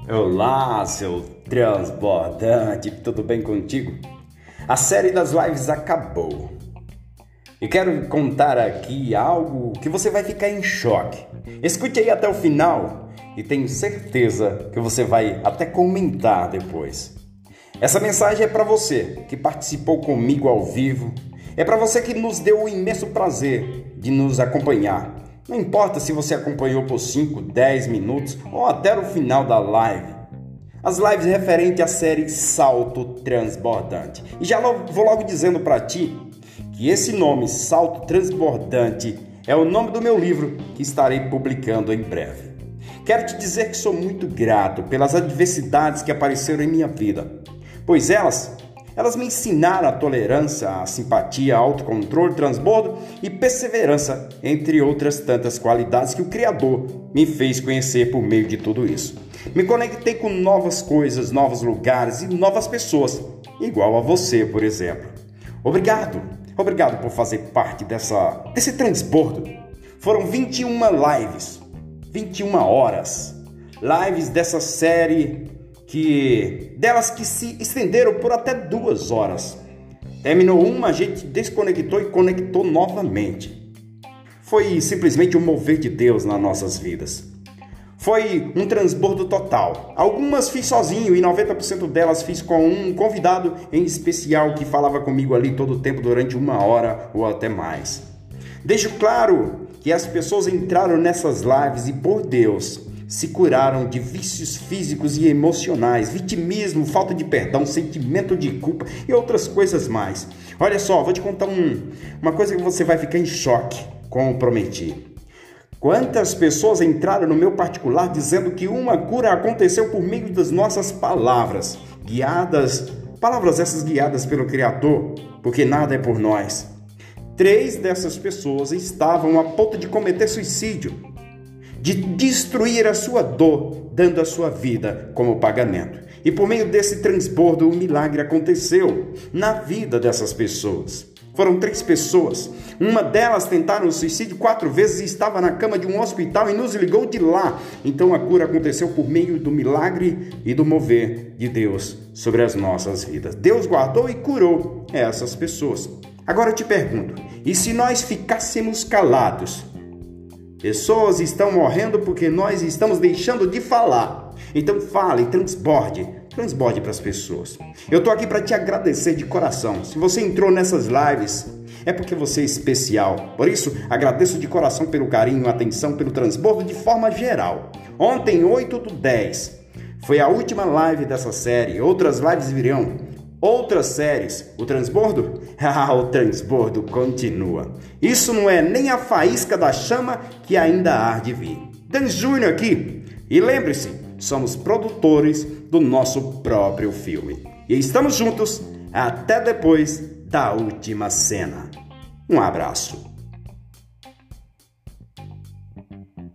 Olá, seu transbordante, tudo bem contigo? A série das lives acabou. E quero contar aqui algo que você vai ficar em choque. Escute aí até o final e tenho certeza que você vai até comentar depois. Essa mensagem é para você que participou comigo ao vivo. É para você que nos deu o imenso prazer de nos acompanhar. Não importa se você acompanhou por 5, 10 minutos ou até o final da live. As lives referentes à série Salto Transbordante. E já vou logo dizendo para ti que esse nome, Salto Transbordante, é o nome do meu livro que estarei publicando em breve. Quero te dizer que sou muito grato pelas adversidades que apareceram em minha vida, pois elas me ensinaram a tolerância, a simpatia, autocontrole, transbordo e perseverança, entre outras tantas qualidades que o Criador me fez conhecer por meio de tudo isso. Me conectei com novas coisas, novos lugares e novas pessoas, igual a você, por exemplo. Obrigado por fazer parte desse transbordo. Foram 21 lives, 21 horas, lives dessa série delas que se estenderam por até 2 horas. Terminou uma, a gente desconectou e conectou novamente. Foi simplesmente um mover de Deus nas nossas vidas. Foi um transbordo total. Algumas fiz sozinho e 90% delas fiz com um convidado em especial que falava comigo ali todo o tempo durante 1 hora ou até mais. Deixo claro que as pessoas entraram nessas lives e, por Deus, se curaram de vícios físicos e emocionais, vitimismo, falta de perdão, sentimento de culpa e outras coisas mais. Olha só, vou te contar uma coisa que você vai ficar em choque, como prometi. Quantas pessoas entraram no meu particular dizendo que uma cura aconteceu por meio das nossas palavras, palavras essas guiadas pelo Criador, porque nada é por nós. 3 dessas pessoas estavam a ponto de cometer suicídio, de destruir a sua dor, dando a sua vida como pagamento. E por meio desse transbordo, um milagre aconteceu na vida dessas pessoas. Foram 3 pessoas. Uma delas tentaram o suicídio 4 vezes e estava na cama de um hospital e nos ligou de lá. Então a cura aconteceu por meio do milagre e do mover de Deus sobre as nossas vidas. Deus guardou e curou essas pessoas. Agora eu te pergunto, e se nós ficássemos calados? Pessoas estão morrendo porque nós estamos deixando de falar. Então fale, transborde para as pessoas. Eu estou aqui para te agradecer de coração. Se você entrou nessas lives, é porque você é especial. Por isso, agradeço de coração pelo carinho, atenção, pelo transbordo de forma geral. Ontem, 8/10, foi a última live dessa série. Outras lives virão. Outras séries. O transbordo? O transbordo continua. Isso não é nem a faísca da chama que ainda há de vir. Dan Júnior aqui. E lembre-se, somos produtores do nosso próprio filme. E estamos juntos até depois da última cena. Um abraço.